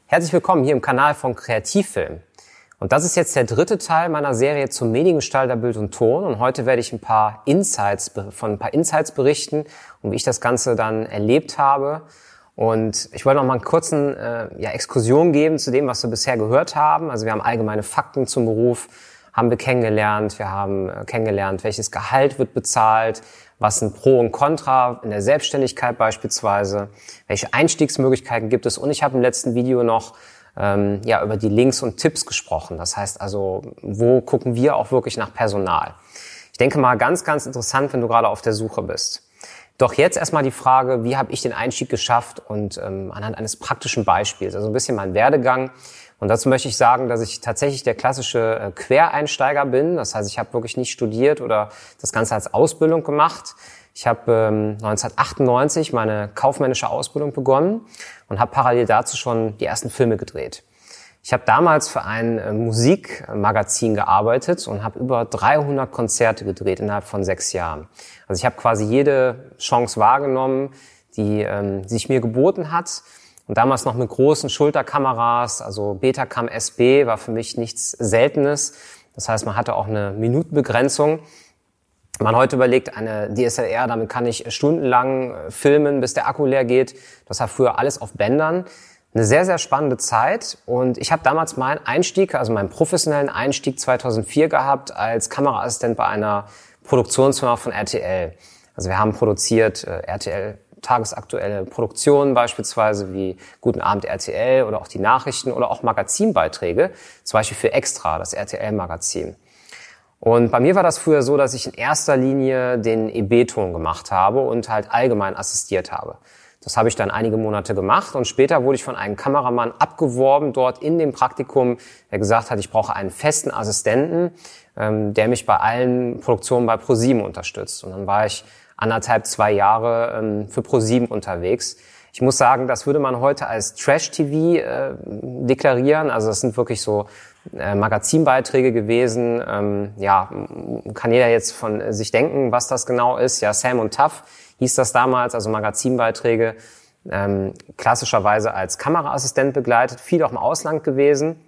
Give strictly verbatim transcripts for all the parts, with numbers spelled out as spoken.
Herzlich willkommen hier im Kanal von Kreativfilm. Und das ist jetzt der dritte Teil meiner Serie zum Mediengestalter Bild und Ton. Und heute werde ich ein paar Insights, von ein paar Insights berichten und wie ich das Ganze dann erlebt habe. Und ich wollte noch mal einen kurzen äh, ja, Exkursion geben zu dem, was wir bisher gehört haben. Also wir haben allgemeine Fakten zum Beruf, haben wir kennengelernt. Wir haben äh, kennengelernt, welches Gehalt wird bezahlt, was sind Pro und Contra in der Selbstständigkeit beispielsweise, welche Einstiegsmöglichkeiten gibt es. Und ich habe im letzten Video noch ähm, ja über die Links und Tipps gesprochen. Das heißt also, wo gucken wir auch wirklich nach Personal? Ich denke mal, ganz, ganz interessant, wenn du gerade auf der Suche bist. Doch jetzt erstmal die Frage, wie habe ich den Einstieg geschafft und ähm, anhand eines praktischen Beispiels, also ein bisschen mein Werdegang. Und dazu möchte ich sagen, dass ich tatsächlich der klassische äh, Quereinsteiger bin. Das heißt, ich habe wirklich nicht studiert oder das Ganze als Ausbildung gemacht. Ich habe ähm, neunzehnhundertachtundneunzig meine kaufmännische Ausbildung begonnen und habe parallel dazu schon die ersten Filme gedreht. Ich habe damals für ein äh, Musikmagazin gearbeitet und habe über dreihundert Konzerte gedreht innerhalb von sechs Jahren. Also ich habe quasi jede Chance wahrgenommen, die ähm, sich mir geboten hat. Und damals noch mit großen Schulterkameras, also Betacam S B war für mich nichts Seltenes. Das heißt, man hatte auch eine Minutenbegrenzung. Wenn man heute überlegt, eine D S L R, damit kann ich stundenlang filmen, bis der Akku leer geht. Das war früher alles auf Bändern. Eine sehr, sehr spannende Zeit. Und ich habe damals meinen Einstieg, also meinen professionellen Einstieg zweitausendvier gehabt als Kameraassistent bei einer Produktionsfirma von R T L. Also wir haben produziert äh, R T L tagesaktuelle Produktionen beispielsweise wie Guten Abend R T L oder auch die Nachrichten oder auch Magazinbeiträge, zum Beispiel für Extra, das R T L-Magazin. Und bei mir war das früher so, dass ich in erster Linie den E B-Ton gemacht habe und halt allgemein assistiert habe. Das habe ich dann einige Monate gemacht und später wurde ich von einem Kameramann abgeworben dort in dem Praktikum, der gesagt hat, ich brauche einen festen Assistenten, ähm, der mich bei allen Produktionen bei ProSieben unterstützt. Und dann war ich anderthalb, zwei Jahre ähm, für ProSieben unterwegs. Ich muss sagen, das würde man heute als Trash-T V äh, deklarieren. Also das sind wirklich so äh, Magazinbeiträge gewesen. Ähm, ja, kann jeder jetzt von sich denken, was das genau ist. Ja, Sam und Tuff hieß das damals, also Magazinbeiträge, ähm, klassischerweise als Kameraassistent begleitet, viel auch im Ausland gewesen.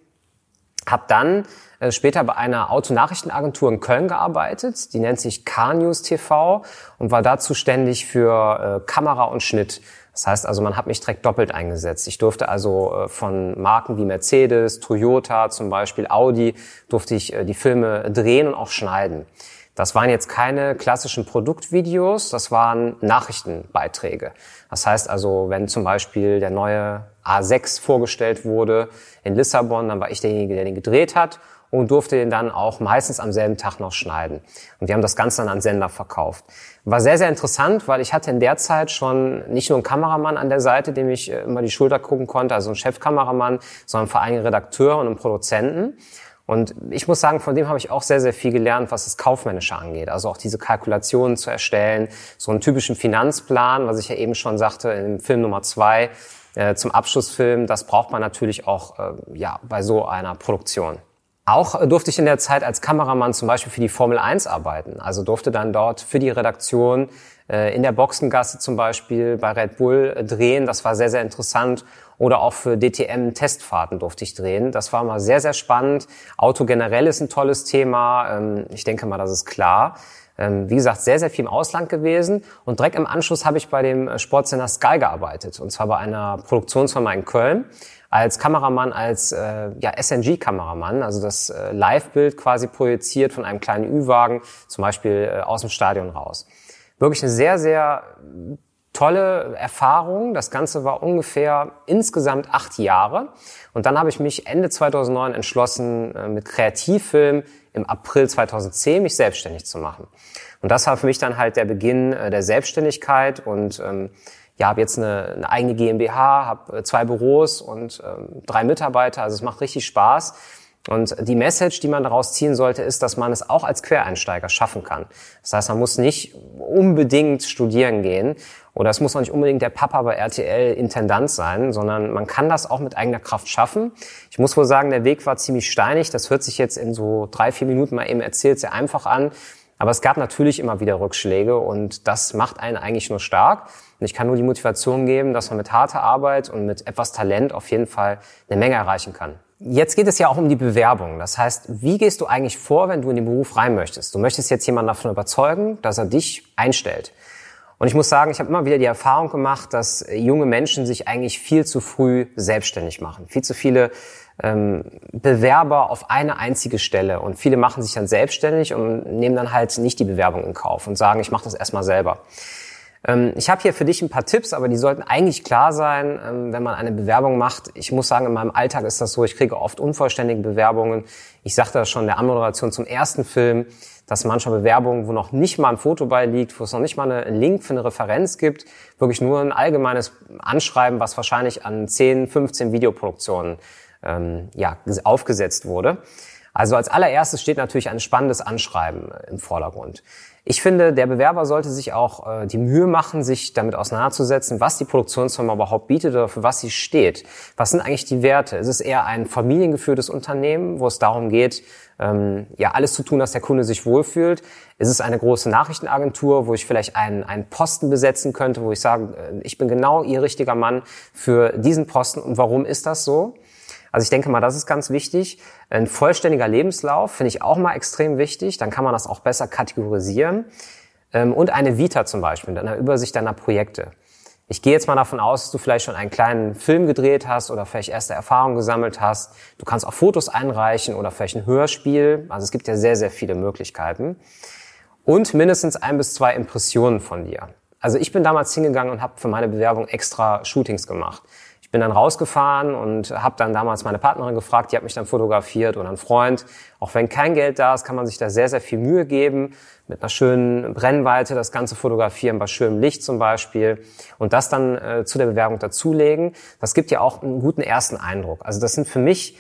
Hab dann äh, später bei einer Autonachrichtenagentur in Köln gearbeitet, die nennt sich K-News T V und war da zuständig für äh, Kamera und Schnitt. Das heißt also, man hat mich direkt doppelt eingesetzt. Ich durfte also äh, von Marken wie Mercedes, Toyota, zum Beispiel Audi, durfte ich äh, die Filme drehen und auch schneiden. Das waren jetzt keine klassischen Produktvideos, das waren Nachrichtenbeiträge. Das heißt also, wenn zum Beispiel der neue A sechs vorgestellt wurde in Lissabon, dann war ich derjenige, der den gedreht hat und durfte den dann auch meistens am selben Tag noch schneiden. Und wir haben das Ganze dann an Sender verkauft. War sehr, sehr interessant, weil ich hatte in der Zeit schon nicht nur einen Kameramann an der Seite, dem ich immer die Schulter gucken konnte, also einen Chefkameramann, sondern vor allem einen Redakteur und einen Produzenten. Und ich muss sagen, von dem habe ich auch sehr, sehr viel gelernt, was das Kaufmännische angeht. Also auch diese Kalkulationen zu erstellen, so einen typischen Finanzplan, was ich ja eben schon sagte, im Film Nummer zwei äh, zum Abschlussfilm, das braucht man natürlich auch äh, ja bei so einer Produktion. Auch äh, durfte ich in der Zeit als Kameramann zum Beispiel für die Formel eins arbeiten. Also durfte dann dort für die Redaktion äh, in der Boxengasse zum Beispiel bei Red Bull äh, drehen. Das war sehr, sehr interessant. Oder auch für D T M-Testfahrten durfte ich drehen. Das war mal sehr, sehr spannend. Auto generell ist ein tolles Thema. Ich denke mal, das ist klar. Wie gesagt, sehr, sehr viel im Ausland gewesen. Und direkt im Anschluss habe ich bei dem Sportsender Sky gearbeitet. Und zwar bei einer Produktionsfirma in Köln. Als Kameramann, als äh, ja, S N G-Kameramann. Also das äh, Live-Bild quasi projiziert von einem kleinen Ü-Wagen, zum Beispiel äh, aus dem Stadion raus. Wirklich eine sehr, sehr tolle Erfahrung. Das Ganze war ungefähr insgesamt acht Jahre. Und dann habe ich mich Ende zweitausendneun entschlossen, mit Kreativfilm im April zweitausendzehn mich selbstständig zu machen. Und das war für mich dann halt der Beginn der Selbstständigkeit. Und ähm, ja, habe jetzt eine, eine eigene GmbH, habe zwei Büros und ähm, drei Mitarbeiter. Also es macht richtig Spaß. Und die Message, die man daraus ziehen sollte, ist, dass man es auch als Quereinsteiger schaffen kann. Das heißt, man muss nicht unbedingt studieren gehen oder es muss auch nicht unbedingt der Papa bei R T L Intendant sein, sondern man kann das auch mit eigener Kraft schaffen. Ich muss wohl sagen, der Weg war ziemlich steinig. Das hört sich jetzt in so drei, vier Minuten mal eben erzählt sehr einfach an. Aber es gab natürlich immer wieder Rückschläge und das macht einen eigentlich nur stark. Und ich kann nur die Motivation geben, dass man mit harter Arbeit und mit etwas Talent auf jeden Fall eine Menge erreichen kann. Jetzt geht es ja auch um die Bewerbung. Das heißt, wie gehst du eigentlich vor, wenn du in den Beruf rein möchtest? Du möchtest jetzt jemanden davon überzeugen, dass er dich einstellt. Und ich muss sagen, ich habe immer wieder die Erfahrung gemacht, dass junge Menschen sich eigentlich viel zu früh selbstständig machen. Viel zu viele ähm, Bewerber auf eine einzige Stelle. Und viele machen sich dann selbstständig und nehmen dann halt nicht die Bewerbung in Kauf und sagen, ich mache das erstmal selber. Ähm, ich habe hier für dich ein paar Tipps, aber die sollten eigentlich klar sein, ähm, wenn man eine Bewerbung macht. Ich muss sagen, in meinem Alltag ist das so, ich kriege oft unvollständige Bewerbungen. Ich sagte das schon in der Anmoderation zum ersten Film, dass manchmal Bewerbungen, wo noch nicht mal ein Foto beiliegt, wo es noch nicht mal einen Link für eine Referenz gibt, wirklich nur ein allgemeines Anschreiben, was wahrscheinlich an zehn, fünfzehn Videoproduktionen ähm, ja, aufgesetzt wurde. Also als allererstes steht natürlich ein spannendes Anschreiben im Vordergrund. Ich finde, der Bewerber sollte sich auch äh, die Mühe machen, sich damit auseinanderzusetzen, was die Produktionsfirma überhaupt bietet oder für was sie steht. Was sind eigentlich die Werte? Ist es eher ein familiengeführtes Unternehmen, wo es darum geht, ähm, ja alles zu tun, dass der Kunde sich wohlfühlt? Ist es eine große Nachrichtenagentur, wo ich vielleicht einen, einen Posten besetzen könnte, wo ich sage, äh, ich bin genau Ihr richtiger Mann für diesen Posten und warum ist das so? Also ich denke mal, das ist ganz wichtig. Ein vollständiger Lebenslauf finde ich auch mal extrem wichtig. Dann kann man das auch besser kategorisieren. Und eine Vita zum Beispiel, eine Übersicht deiner Projekte. Ich gehe jetzt mal davon aus, dass du vielleicht schon einen kleinen Film gedreht hast oder vielleicht erste Erfahrungen gesammelt hast. Du kannst auch Fotos einreichen oder vielleicht ein Hörspiel. Also es gibt ja sehr, sehr viele Möglichkeiten. Und mindestens ein bis zwei Impressionen von dir. Also ich bin damals hingegangen und habe für meine Bewerbung extra Shootings gemacht. Ich bin dann rausgefahren und habe dann damals meine Partnerin gefragt, die hat mich dann fotografiert oder einen Freund. Auch wenn kein Geld da ist, kann man sich da sehr, sehr viel Mühe geben, mit einer schönen Brennweite das Ganze fotografieren, bei schönem Licht zum Beispiel und das dann äh, zu der Bewerbung dazulegen. Das gibt ja auch einen guten ersten Eindruck. Also das sind für mich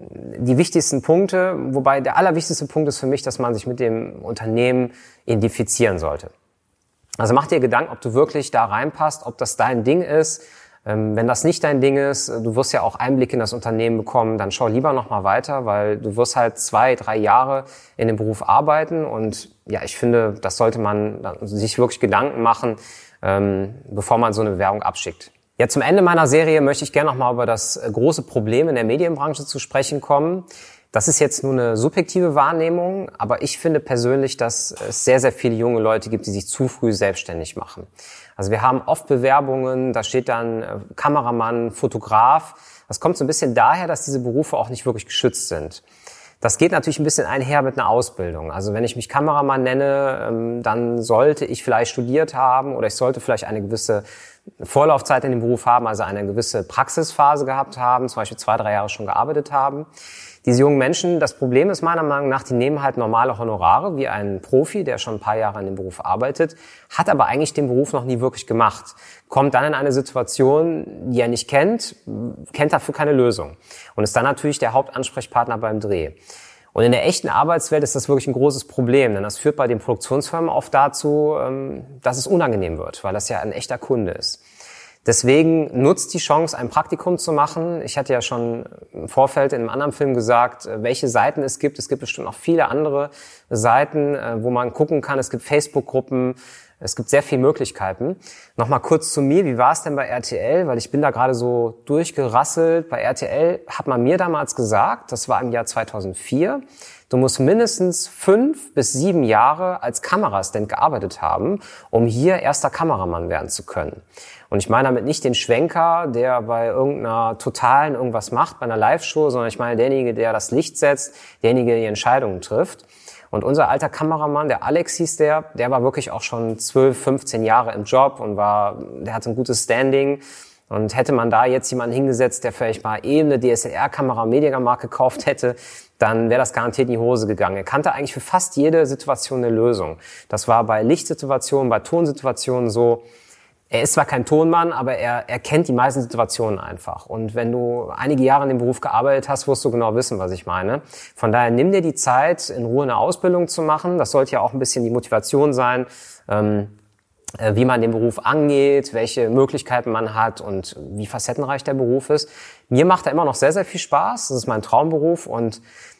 die wichtigsten Punkte, wobei der allerwichtigste Punkt ist für mich, dass man sich mit dem Unternehmen identifizieren sollte. Also mach dir Gedanken, ob du wirklich da reinpasst, ob das dein Ding ist. Wenn das nicht dein Ding ist, du wirst ja auch Einblick in das Unternehmen bekommen, dann schau lieber noch mal weiter, weil du wirst halt zwei, drei Jahre in dem Beruf arbeiten und ja, ich finde, das sollte man sich wirklich Gedanken machen, ähm, bevor man so eine Bewerbung abschickt. Ja, zum Ende meiner Serie möchte ich gerne noch mal über das große Problem in der Medienbranche zu sprechen kommen. Das ist jetzt nur eine subjektive Wahrnehmung, aber ich finde persönlich, dass es sehr, sehr viele junge Leute gibt, die sich zu früh selbstständig machen. Also wir haben oft Bewerbungen, da steht dann äh, Kameramann, Fotograf. Das kommt so ein bisschen daher, dass diese Berufe auch nicht wirklich geschützt sind. Das geht natürlich ein bisschen einher mit einer Ausbildung. Also wenn ich mich Kameramann nenne, ähm, dann sollte ich vielleicht studiert haben oder ich sollte vielleicht eine gewisse Vorlaufzeit in dem Beruf haben, also eine gewisse Praxisphase gehabt haben, zum Beispiel zwei, drei Jahre schon gearbeitet haben. Diese jungen Menschen, das Problem ist meiner Meinung nach, die nehmen halt normale Honorare, wie ein Profi, der schon ein paar Jahre in dem Beruf arbeitet, hat aber eigentlich den Beruf noch nie wirklich gemacht. Kommt dann in eine Situation, die er nicht kennt, kennt dafür keine Lösung und ist dann natürlich der Hauptansprechpartner beim Dreh. Und in der echten Arbeitswelt ist das wirklich ein großes Problem, denn das führt bei den Produktionsfirmen oft dazu, dass es unangenehm wird, weil das ja ein echter Kunde ist. Deswegen nutzt die Chance, ein Praktikum zu machen. Ich hatte ja schon im Vorfeld in einem anderen Film gesagt, welche Seiten es gibt. Es gibt bestimmt noch viele andere Seiten, wo man gucken kann. Es gibt Facebook-Gruppen. Es gibt sehr viele Möglichkeiten. Nochmal kurz zu mir. Wie war es denn bei R T L? Weil ich bin da gerade so durchgerasselt. Bei R T L hat man mir damals gesagt, das war im Jahr zweitausendvier, du musst mindestens fünf bis sieben Jahre als Kamerassistent gearbeitet haben, um hier erster Kameramann werden zu können. Und ich meine damit nicht den Schwenker, der bei irgendeiner Totalen irgendwas macht, bei einer Live-Show, sondern ich meine derjenige, der das Licht setzt, derjenige, der die Entscheidungen trifft. Und unser alter Kameramann, der Alex hieß der, der war wirklich auch schon zwölf, fünfzehn Jahre im Job und war, der hatte ein gutes Standing. Und hätte man da jetzt jemanden hingesetzt, der vielleicht mal eben eine D S L R-Kamera Mediamarkt gekauft hätte, dann wäre das garantiert in die Hose gegangen. Er kannte eigentlich für fast jede Situation eine Lösung. Das war bei Lichtsituationen, bei Tonsituationen so. Er ist zwar kein Tonmann, aber er, er kennt die meisten Situationen einfach. Und wenn du einige Jahre in dem Beruf gearbeitet hast, wirst du genau wissen, was ich meine. Von daher nimm dir die Zeit, in Ruhe eine Ausbildung zu machen. Das sollte ja auch ein bisschen die Motivation sein, ähm, wie man den Beruf angeht, welche Möglichkeiten man hat und wie facettenreich der Beruf ist. Mir macht er immer noch sehr, sehr viel Spaß. Das ist mein Traumberuf und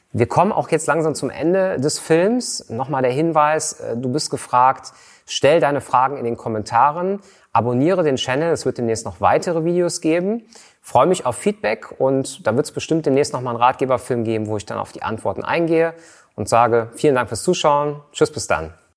Wir kommen auch jetzt langsam zum Ende des Films. Nochmal der Hinweis, du bist gefragt, stell deine Fragen in den Kommentaren, abonniere den Channel, es wird demnächst noch weitere Videos geben. Freue mich auf Feedback und da wird es bestimmt demnächst nochmal einen Ratgeberfilm geben, wo ich dann auf die Antworten eingehe und sage vielen Dank fürs Zuschauen. Tschüss, bis dann.